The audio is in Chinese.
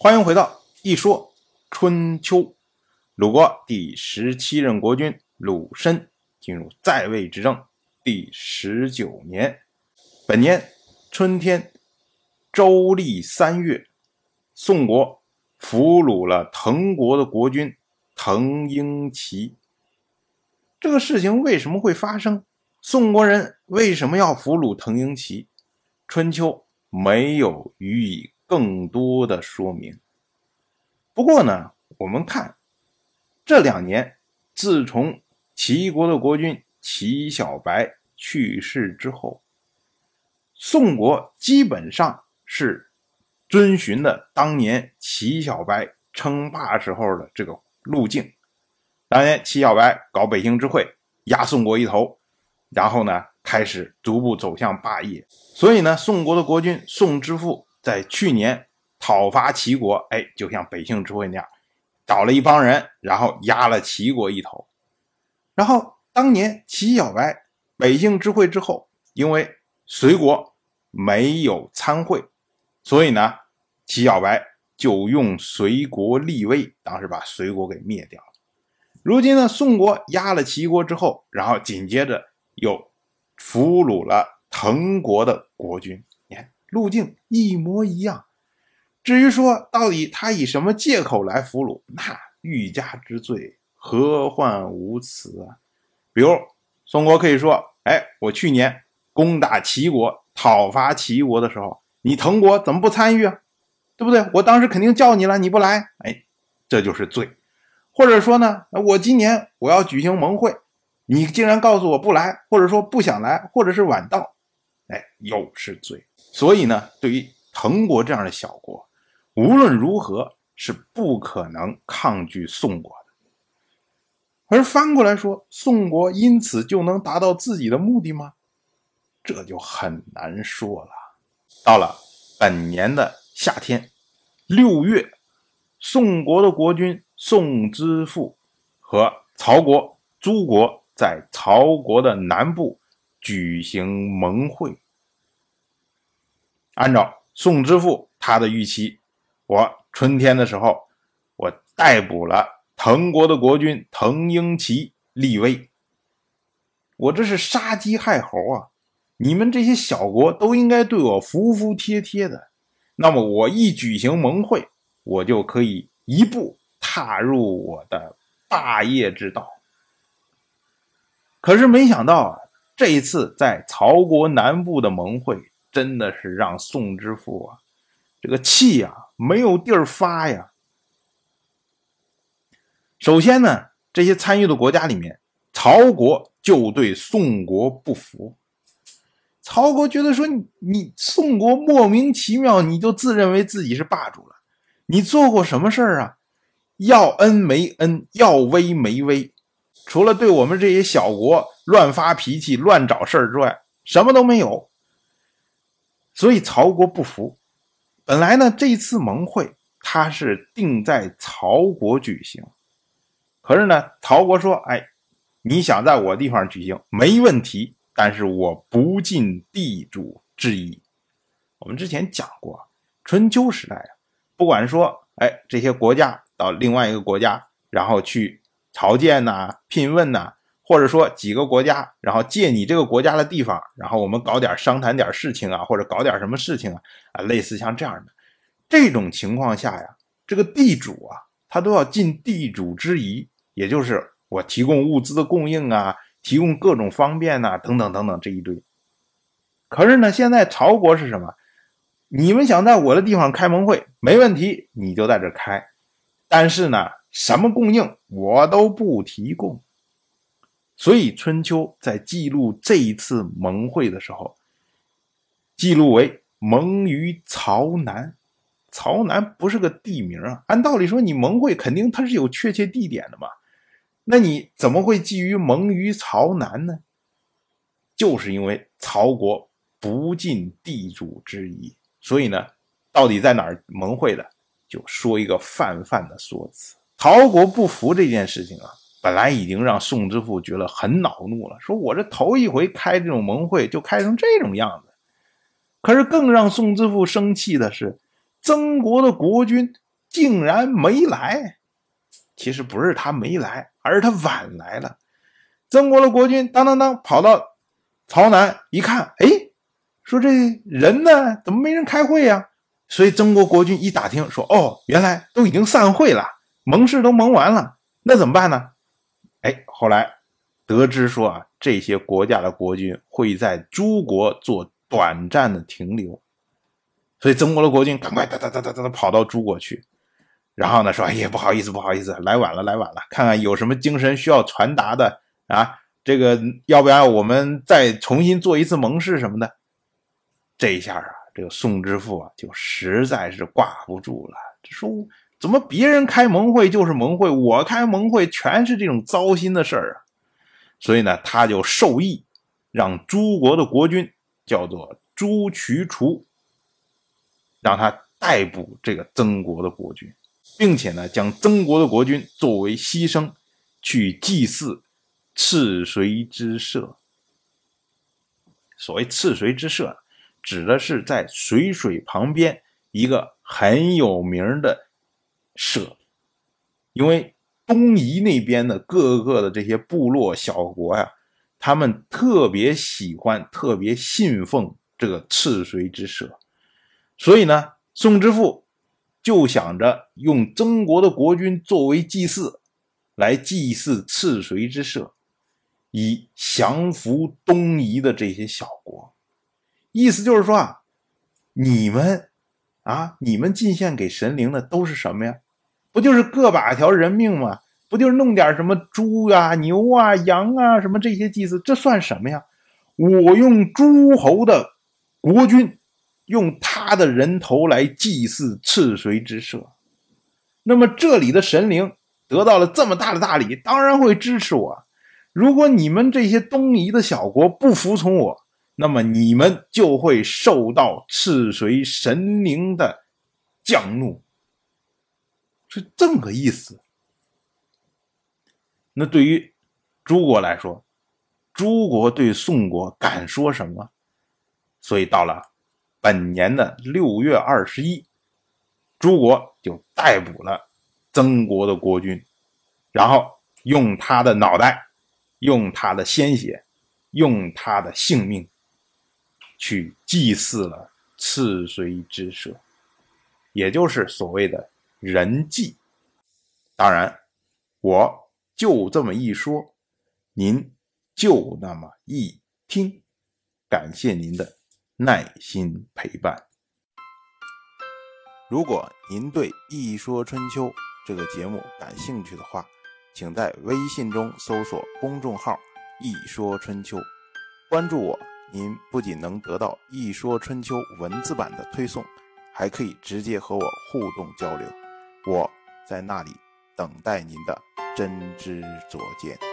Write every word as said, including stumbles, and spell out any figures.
欢迎回到一说春秋。鲁国第十七任国君鲁申进入在位执政第十九年，本年春天周历三月，宋国俘虏了滕国的国君滕婴齐。这个事情为什么会发生？宋国人为什么要俘虏滕婴齐？春秋没有予以更多的说明。不过呢，我们看这两年，自从齐国的国君齐小白去世之后，宋国基本上是遵循的当年齐小白称霸时候的这个路径。当年齐小白搞北杏之会，压宋国一头，然后呢开始逐步走向霸业。所以呢，宋国的国君宋之父在去年讨伐齐国，哎，就像北杏之会那样，找了一帮人，然后压了齐国一头。然后当年齐小白北杏之会之后，因为隋国没有参会，所以呢，齐小白就用隋国立威，当时把隋国给灭掉了。如今呢，宋国压了齐国之后，然后紧接着又俘虏了滕国的国君，你看路径一模一样。至于说到底他以什么借口来俘虏，那欲加之罪，何患无辞啊？比如宋国可以说，哎，我去年攻打齐国，讨伐齐国的时候，你滕国怎么不参与啊？对不对？我当时肯定叫你了，你不来，哎，这就是罪。或者说呢，我今年我要举行盟会，你竟然告诉我不来，或者说不想来，或者是晚到，哎，又是罪。所以呢，对于滕国这样的小国，无论如何是不可能抗拒宋国的。而翻过来说，宋国因此就能达到自己的目的吗？这就很难说了。到了本年的夏天六月，宋国的国君宋之父和曹国、诸国在曹国的南部举行盟会。按照宋之父他的预期，我春天的时候，我逮捕了滕国的国君滕婴齐立威。我这是杀鸡害猴啊！你们这些小国都应该对我服服帖帖的。那么我一举行盟会，我就可以一步踏入我的霸业之道。可是没想到，这一次在曹国南部的盟会，真的是让宋之父啊，这个气啊，没有地儿发呀。首先呢，这些参与的国家里面，曹国就对宋国不服。曹国觉得说你，你宋国莫名其妙，你就自认为自己是霸主了。你做过什么事儿啊？要恩没恩，要威没威，除了对我们这些小国乱发脾气、乱找事儿之外，什么都没有。所以曹国不服。本来呢，这次盟会它是定在曹国举行，可是呢，曹国说，哎，你想在我地方举行没问题，但是我不尽地主之谊。我们之前讲过，春秋时代啊，不管说，哎，这些国家到另外一个国家，然后去朝见呐、啊、聘问呐、啊，或者说几个国家，然后借你这个国家的地方，然后我们搞点商谈点事情啊，或者搞点什么事情啊，啊，类似像这样的。这种情况下呀，这个地主啊，他都要尽地主之谊，也就是我提供物资的供应啊，提供各种方便啊，等等等等这一堆。可是呢，现在曹国是什么？你们想在我的地方开盟会，没问题，你就在这开。但是呢，什么供应我都不提供。所以春秋在记录这一次盟会的时候，记录为盟于曹南。曹南不是个地名啊，按道理说你盟会肯定它是有确切地点的嘛，那你怎么会基于盟于曹南呢？就是因为曹国不尽地主之谊，所以呢，到底在哪儿盟会的，就说一个泛泛的说辞。曹国不服这件事情啊，本来已经让宋之父觉得很恼怒了，说我这头一回开这种盟会就开成这种样子。可是更让宋之父生气的是，曾国的国君竟然没来。其实不是他没来，而是他晚来了。曾国的国君当当当跑到曹南一看，哎，说这人呢，怎么没人开会呀？所以曾国国君一打听说，哦，原来都已经散会了，盟誓都盟完了，那怎么办呢？哎，后来得知说啊，这些国家的国君会在诸国做短暂的停留，所以曾国的国君赶快哒哒哒哒哒跑到诸国去，然后呢说，哎呀，不好意思不好意思，来晚了来晚了，看看有什么精神需要传达的啊，这个要不然我们再重新做一次盟誓什么的。这一下啊，这个宋之父啊就实在是挂不住了，说怎么别人开盟会就是盟会，我开盟会全是这种糟心的事儿啊。所以呢，他就授意让诸国的国君叫做朱渠除，让他逮捕这个曾国的国君，并且呢，将曾国的国君作为牺牲去祭祀赤水之社。所谓赤水之社，指的是在水水旁边一个很有名的社，因为东夷那边的各个的这些部落小国呀，他们特别喜欢特别信奉这个赤水之社，所以呢，宋之父就想着用曾国的国君作为祭祀，来祭祀赤水之社，以降服东夷的这些小国。意思就是说啊，你们啊，你们进献给神灵的都是什么呀？不就是个把条人命吗？不就是弄点什么猪啊、牛啊、羊啊什么这些祭祀，这算什么呀？我用诸侯的国君，用他的人头来祭祀赤水之社，那么这里的神灵得到了这么大的大礼，当然会支持我。如果你们这些东夷的小国不服从我，那么你们就会受到赤水神灵的降怒，是这么个意思。那对于诸国来说，诸国对宋国敢说什么？所以到了本年的六月二十一，诸国就逮捕了曾国的国君，然后用他的脑袋，用他的鲜血，用他的性命去祭祀了赤水之社，也就是所谓的人祭。当然我就这么一说，您就那么一听，感谢您的耐心陪伴。如果您对《一说春秋》这个节目感兴趣的话，请在微信中搜索公众号“一说春秋”，关注我，您不仅能得到《一说春秋》文字版的推送，还可以直接和我互动交流，我在那里等待您的真知灼见。